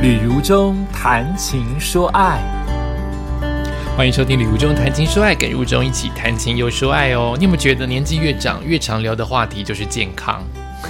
旅如中谈情说爱， 欢迎收听旅如中谈情说爱，跟如中一起谈情又说爱哦。你有没有觉得年纪越长，越常聊的话题就是健康？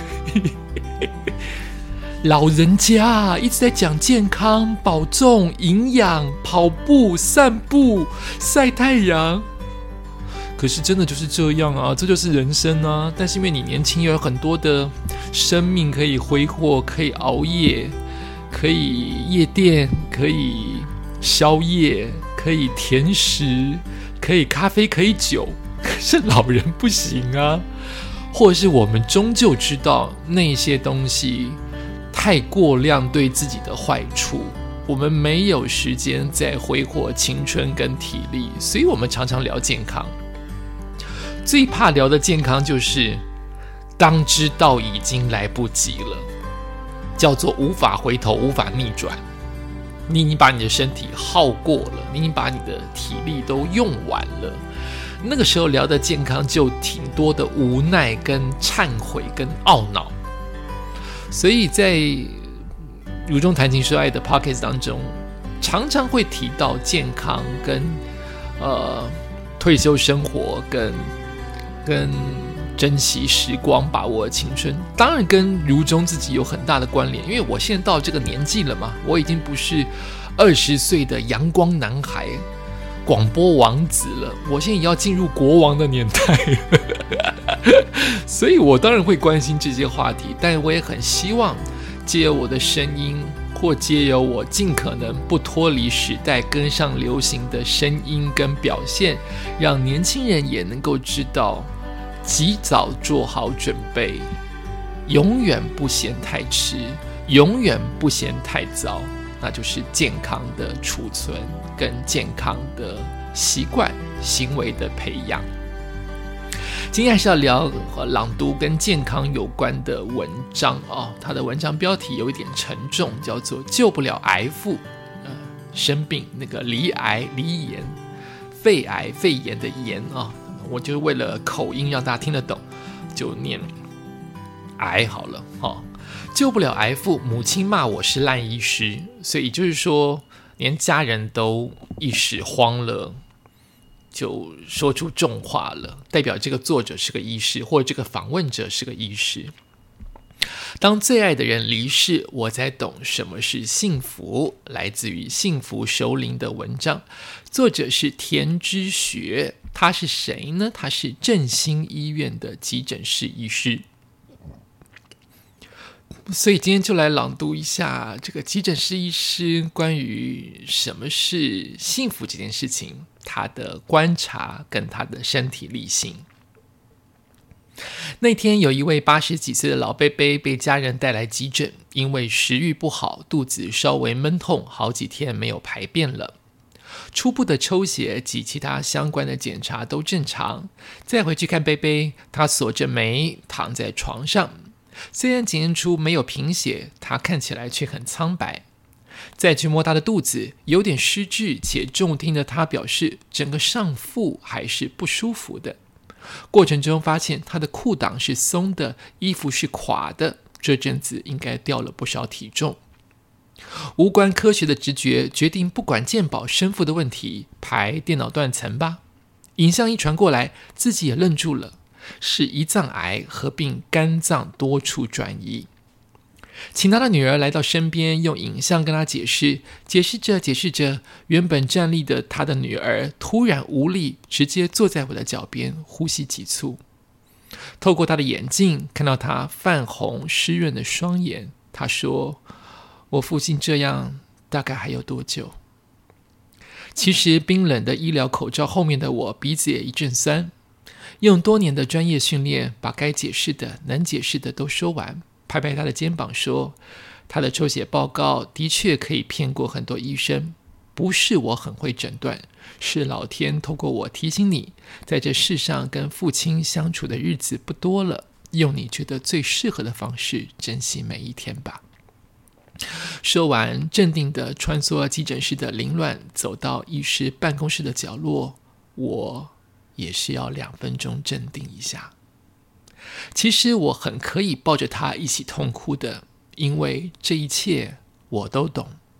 老人家一直在讲健康、保重、营养、跑步、散步、晒太阳。可是真的就是这样啊，这就是人生啊。但是因为你年轻，又有很多的生命可以挥霍，可以熬夜，可以夜店，可以宵夜，可以甜食，可以咖啡，可以酒。可是老人不行啊，或者是我们终究知道那些东西太过量对自己的坏处，我们没有时间再挥霍青春跟体力，所以我们常常聊健康。最怕聊的健康就是当知道已经来不及了，叫做无法回头，无法逆转。你已经把你的身体耗过了，你已经把你的体力都用完了，那个时候聊的健康就挺多的无奈跟忏悔跟懊恼。所以在如中谈情说爱的 Podcast 当中，常常会提到健康跟退休生活跟珍惜时光，把握青春，当然跟如中自己有很大的关联。因为我现在到这个年纪了嘛，我已经不是20岁的阳光男孩、广播王子了，我现在也要进入国王的年代了。所以我当然会关心这些话题，但我也很希望借由我的声音，或借由我尽可能不脱离时代、跟上流行的声音跟表现，让年轻人也能够知道，及早做好准备，永远不嫌太迟，永远不嫌太早，那就是健康的储存跟健康的习惯行为的培养。今天还是要聊朗读跟健康有关的文章哦。他的文章标题有一点沉重，叫做救不了癌妇，生病那个罹癌罹炎，肺癌肺炎的炎啊。我就为了口音让大家听得懂，就念癌好了哦。救不了癌妇，母亲骂我是烂医师，所以就是说，连家人都一时慌了，就说出重话了，代表这个作者是个医师，或者这个访问者是个医师。当最爱的人离世，我才懂什么是幸福。来自于幸福熟龄的文章，作者是田之学。他是谁呢？他是振兴医院的急诊室医师。所以今天就来朗读一下这个急诊室医师关于什么是幸福这件事情，他的观察跟他的身体力行。那天有一位80几岁的老伯伯被家人带来急诊，因为食欲不好，肚子稍微闷痛，好几天没有排便了。初步的抽血及其他相关的检查都正常，再回去看贝贝，他锁着眉躺在床上，虽然检验出没有贫血，他看起来却很苍白。再去摸他的肚子，有点失智且重听的他表示，整个上腹还是不舒服的。过程中发现他的裤裆是松的，衣服是垮的，这阵子应该掉了不少体重。无关科学的直觉决定，不管健保身负的问题，排电脑断层吧。影像一传过来，自己也愣住了，是胰脏癌合并肝脏多处转移。请他的女儿来到身边，用影像跟他解释，解释着，原本站立的他的女儿突然无力，直接坐在我的脚边，呼吸急促。透过他的眼镜，看到他泛红湿润的双眼，他说，我父亲这样大概还有多久？其实冰冷的医疗口罩后面的我，鼻子也一阵酸。用多年的专业训练，把该解释的、能解释的都说完，拍拍他的肩膀说，他的抽血报告的确可以骗过很多医生，不是我很会诊断，是老天透过我提醒你，在这世上跟父亲相处的日子不多了，用你觉得最适合的方式珍惜每一天吧。说完，镇定地穿梭急诊室的凌乱，走到医师办公室的角落。我也是要2分钟镇定一下。其实我很可以抱着他一起痛哭的，因为这一切我都懂，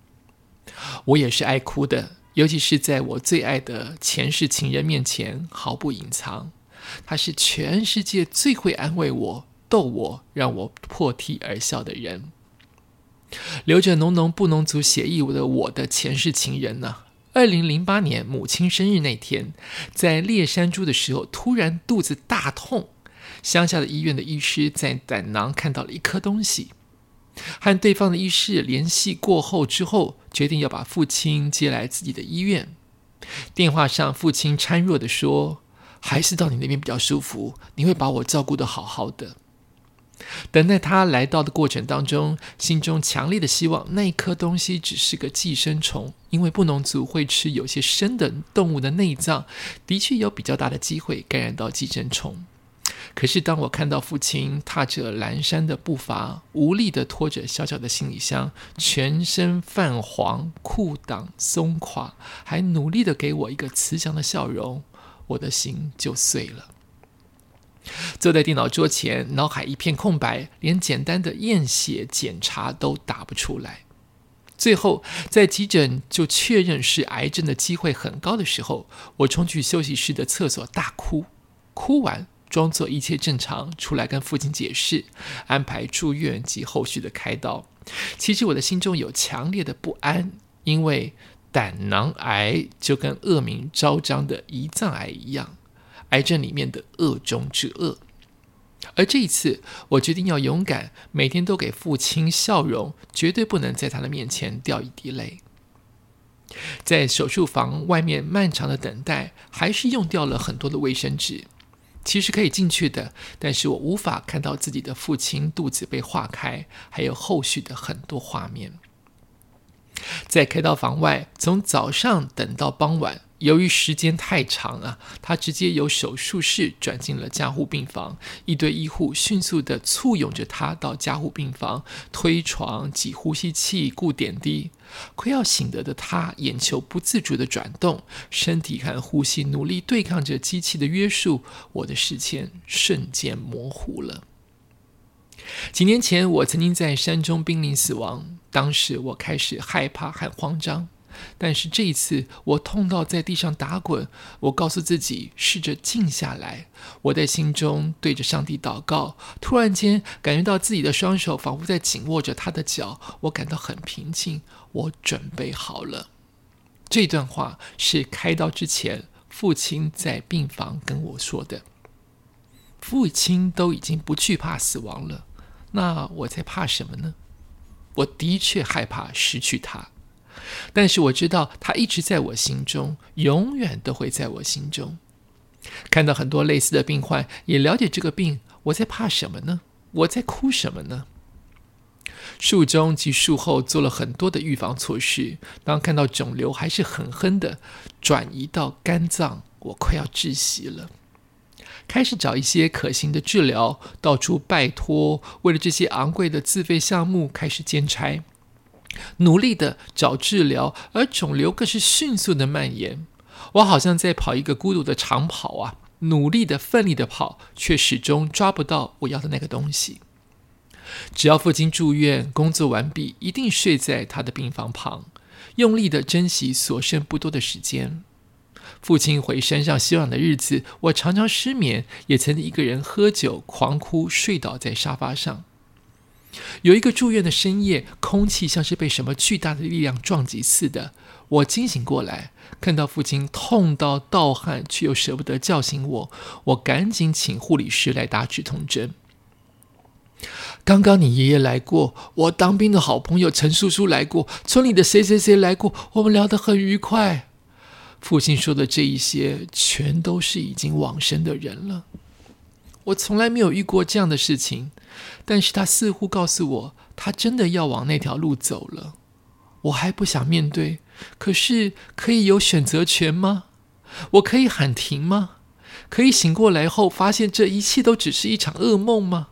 我也是爱哭的，尤其是在我最爱的前世情人面前毫不隐藏。他是全世界最会安慰我、逗我、让我破涕而笑的人。流着浓浓布农族血液的我的前世情人呢，2008年母亲生日那天，在猎山猪的时候突然肚子大痛，乡下的医院的医师在胆囊看到了一颗东西，和对方的医师联系过后之后，决定要把父亲接来自己的医院。电话上父亲孱弱地说，还是到你那边比较舒服，你会把我照顾得好好的。等待他来到的过程当中，心中强烈的希望那一颗东西只是个寄生虫，因为布农族会吃有些生的动物的内脏，的确有比较大的机会感染到寄生虫。可是当我看到父亲踏着蹒跚的步伐，无力地拖着小小的行李箱，全身泛黄，裤裆松垮，还努力地给我一个慈祥的笑容，我的心就碎了。坐在电脑桌前，脑海一片空白，连简单的验血检查都打不出来。最后在急诊就确认是癌症的机会很高的时候，我冲去休息室的厕所大哭，哭完装作一切正常，出来跟父亲解释，安排住院及后续的开刀。其实我的心中有强烈的不安，因为胆囊癌就跟恶名昭彰的胰脏癌一样，癌症里面的恶中之恶。而这一次我决定要勇敢，每天都给父亲笑容，绝对不能在他的面前掉一滴泪。在手术房外面漫长的等待，还是用掉了很多的卫生纸。其实可以进去的，但是我无法看到自己的父亲肚子被划开，还有后续的很多画面。在开刀房外，从早上等到傍晚，由于时间太长他直接由手术室转进了加护病房，一堆医护迅速地簇拥着他到加护病房，推床、挤呼吸器、顾点滴。快要醒得的他，眼球不自主地转动，身体和呼吸努力对抗着机器的约束，我的视线瞬间模糊了。几年前我曾经在山中濒临死亡，当时我开始害怕和慌张，但是这一次我痛到在地上打滚，我告诉自己试着静下来，我在心中对着上帝祷告，突然间感觉到自己的双手仿佛在紧握着他的脚，我感到很平静，我准备好了。这段话是开刀之前父亲在病房跟我说的。父亲都已经不惧怕死亡了，那我在怕什么呢？我的确害怕失去他，但是我知道他一直在我心中，永远都会在我心中。看到很多类似的病患，也了解这个病，我在怕什么呢？我在哭什么呢？术中及术后做了很多的预防措施，当看到肿瘤还是很狠的转移到肝脏，我快要窒息了。开始找一些可行的治疗，到处拜托，为了这些昂贵的自费项目开始兼差，努力的找治疗，而肿瘤更是迅速的蔓延。我好像在跑一个孤独的长跑努力的奋力的跑，却始终抓不到我要的那个东西。只要父亲住院工作完毕，一定睡在他的病房旁，用力的珍惜所剩不多的时间。父亲回山上休养的日子，我常常失眠，也曾一个人喝酒狂哭，睡倒在沙发上。有一个住院的深夜，空气像是被什么巨大的力量撞击似的，我惊醒过来，看到父亲痛到盗汗，却又舍不得叫醒我，我赶紧请护理师来打止痛针。刚刚你爷爷来过，我当兵的好朋友陈叔叔来过，村里的谁谁谁来过，我们聊得很愉快。父亲说的这一些，全都是已经往生的人了。我从来没有遇过这样的事情，但是他似乎告诉我，他真的要往那条路走了。我还不想面对，可是可以有选择权吗？我可以喊停吗？可以醒过来后发现这一切都只是一场噩梦吗？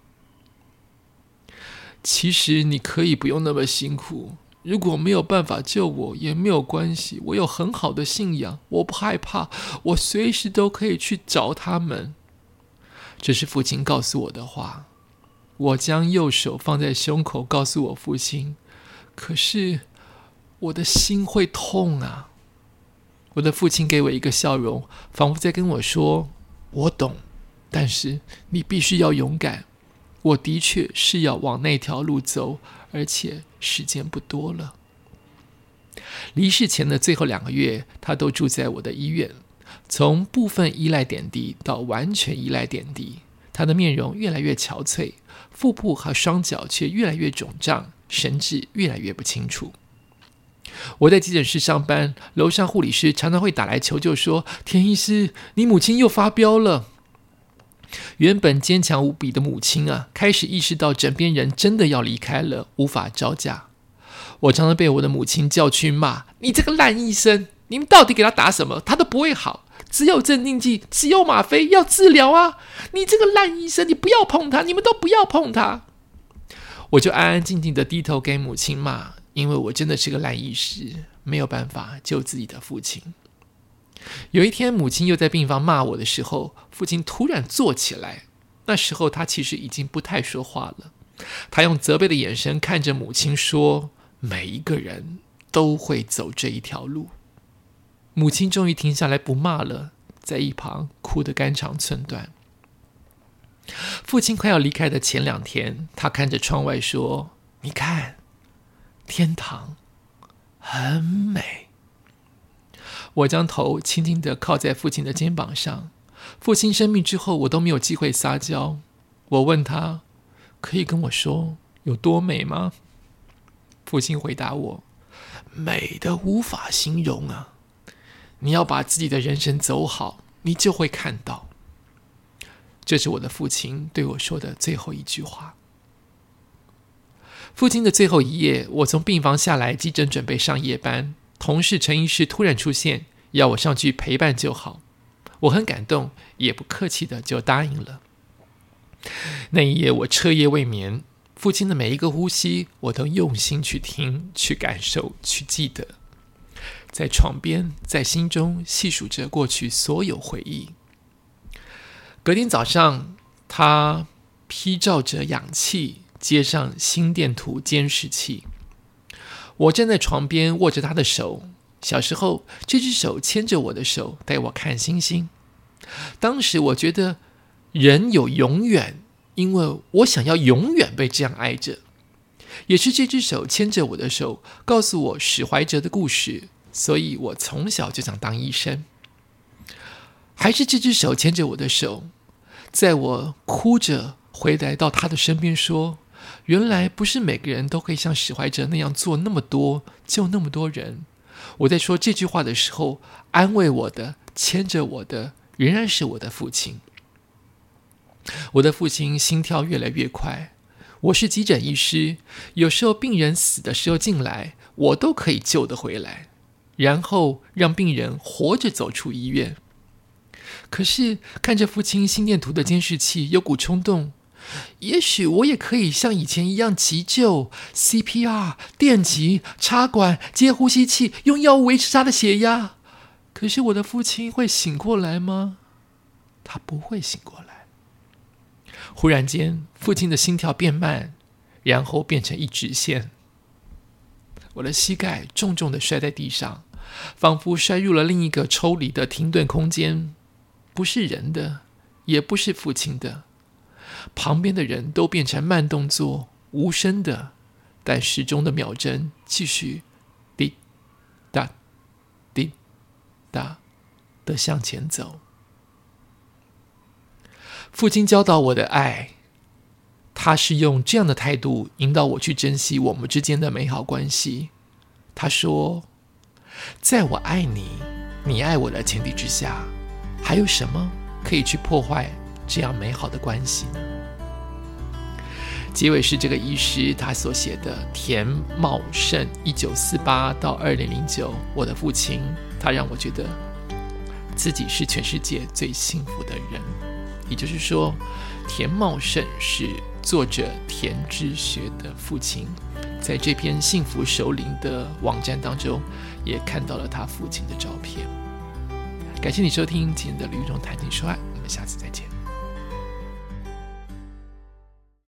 其实你可以不用那么辛苦，如果没有办法救我也没有关系，我有很好的信仰，我不害怕，我随时都可以去找他们。这是父亲告诉我的话。我将右手放在胸口，告诉我父亲，可是我的心会痛啊。我的父亲给我一个笑容，仿佛在跟我说，我懂，但是你必须要勇敢，我的确是要往那条路走，而且时间不多了。离世前的最后2个月，他都住在我的医院，从部分依赖点滴到完全依赖点滴，他的面容越来越憔悴，腹部和双脚却越来越肿胀，神志越来越不清楚。我在急诊室上班，楼上护理师常常会打来求救说，田医师，你母亲又发飙了。原本坚强无比的母亲啊，开始意识到枕边人真的要离开了，无法招架。我常常被我的母亲叫去骂，你这个烂医生，你们到底给他打什么，他都不会好，只有镇定剂，只有吗啡，要治疗啊，你这个烂医生，你不要碰他，你们都不要碰他。我就安安静静的低头给母亲骂，因为我真的是个烂医师，没有办法救自己的父亲。有一天母亲又在病房骂我的时候，父亲突然坐起来，那时候他其实已经不太说话了，他用责备的眼神看着母亲说，每一个人都会走这一条路。母亲终于停下来不骂了，在一旁哭得肝肠寸断。父亲快要离开的前2天，他看着窗外说，你看，天堂很美。我将头轻轻地靠在父亲的肩膀上，父亲生病之后我都没有机会撒娇。我问他，可以跟我说有多美吗？父亲回答我，美的无法形容啊，你要把自己的人生走好，你就会看到。这是我的父亲对我说的最后一句话。父亲的最后一夜，我从病房下来，急诊准备上夜班，同事陈医师突然出现，要我上去陪伴就好。我很感动，也不客气的就答应了。那一夜我彻夜未眠，父亲的每一个呼吸我都用心去听，去感受，去记得，在床边，在心中细数着过去所有回忆。隔天早上，他披罩着氧气，接上心电图监视器。我站在床边握着他的手，小时候这只手牵着我的手，带我看星星。当时我觉得人有永远，因为我想要永远被这样爱着。也是这只手牵着我的手，告诉我史怀哲的故事，所以我从小就想当医生。还是这只手牵着我的手，在我哭着回来到他的身边说，原来不是每个人都可以像史怀哲那样做那么多，救那么多人。我在说这句话的时候，安慰我的，牵着我的，仍然是我的父亲。我的父亲心跳越来越快，我是急诊医师，有时候病人死的时候进来，我都可以救得回来，然后让病人活着走出医院。可是看着父亲心电图的监视器，有股冲动，也许我也可以像以前一样急救 CPR 电击插管接呼吸器，用药物维持他的血压。可是我的父亲会醒过来吗？他不会醒过来。忽然间父亲的心跳变慢，然后变成一直线。我的膝盖重重地摔在地上，仿佛摔入了另一个抽离的停顿空间，不是人的，也不是父亲的。旁边的人都变成慢动作，无声的，但时钟的秒针继续滴答滴答的向前走。父亲教导我的爱，他是用这样的态度引导我去珍惜我们之间的美好关系。他说，在我爱你，你爱我的前提之下，还有什么可以去破坏这样美好的关系呢？结尾是这个医师他所写的，田茂盛1948到2009，我的父亲，他让我觉得自己是全世界最幸福的人。也就是说，田茂盛是作者田之学的父亲，在这篇幸福首领的网站当中也看到了他父亲的照片。感谢你收听今天的吕玉中谈情说爱，我们下次再见。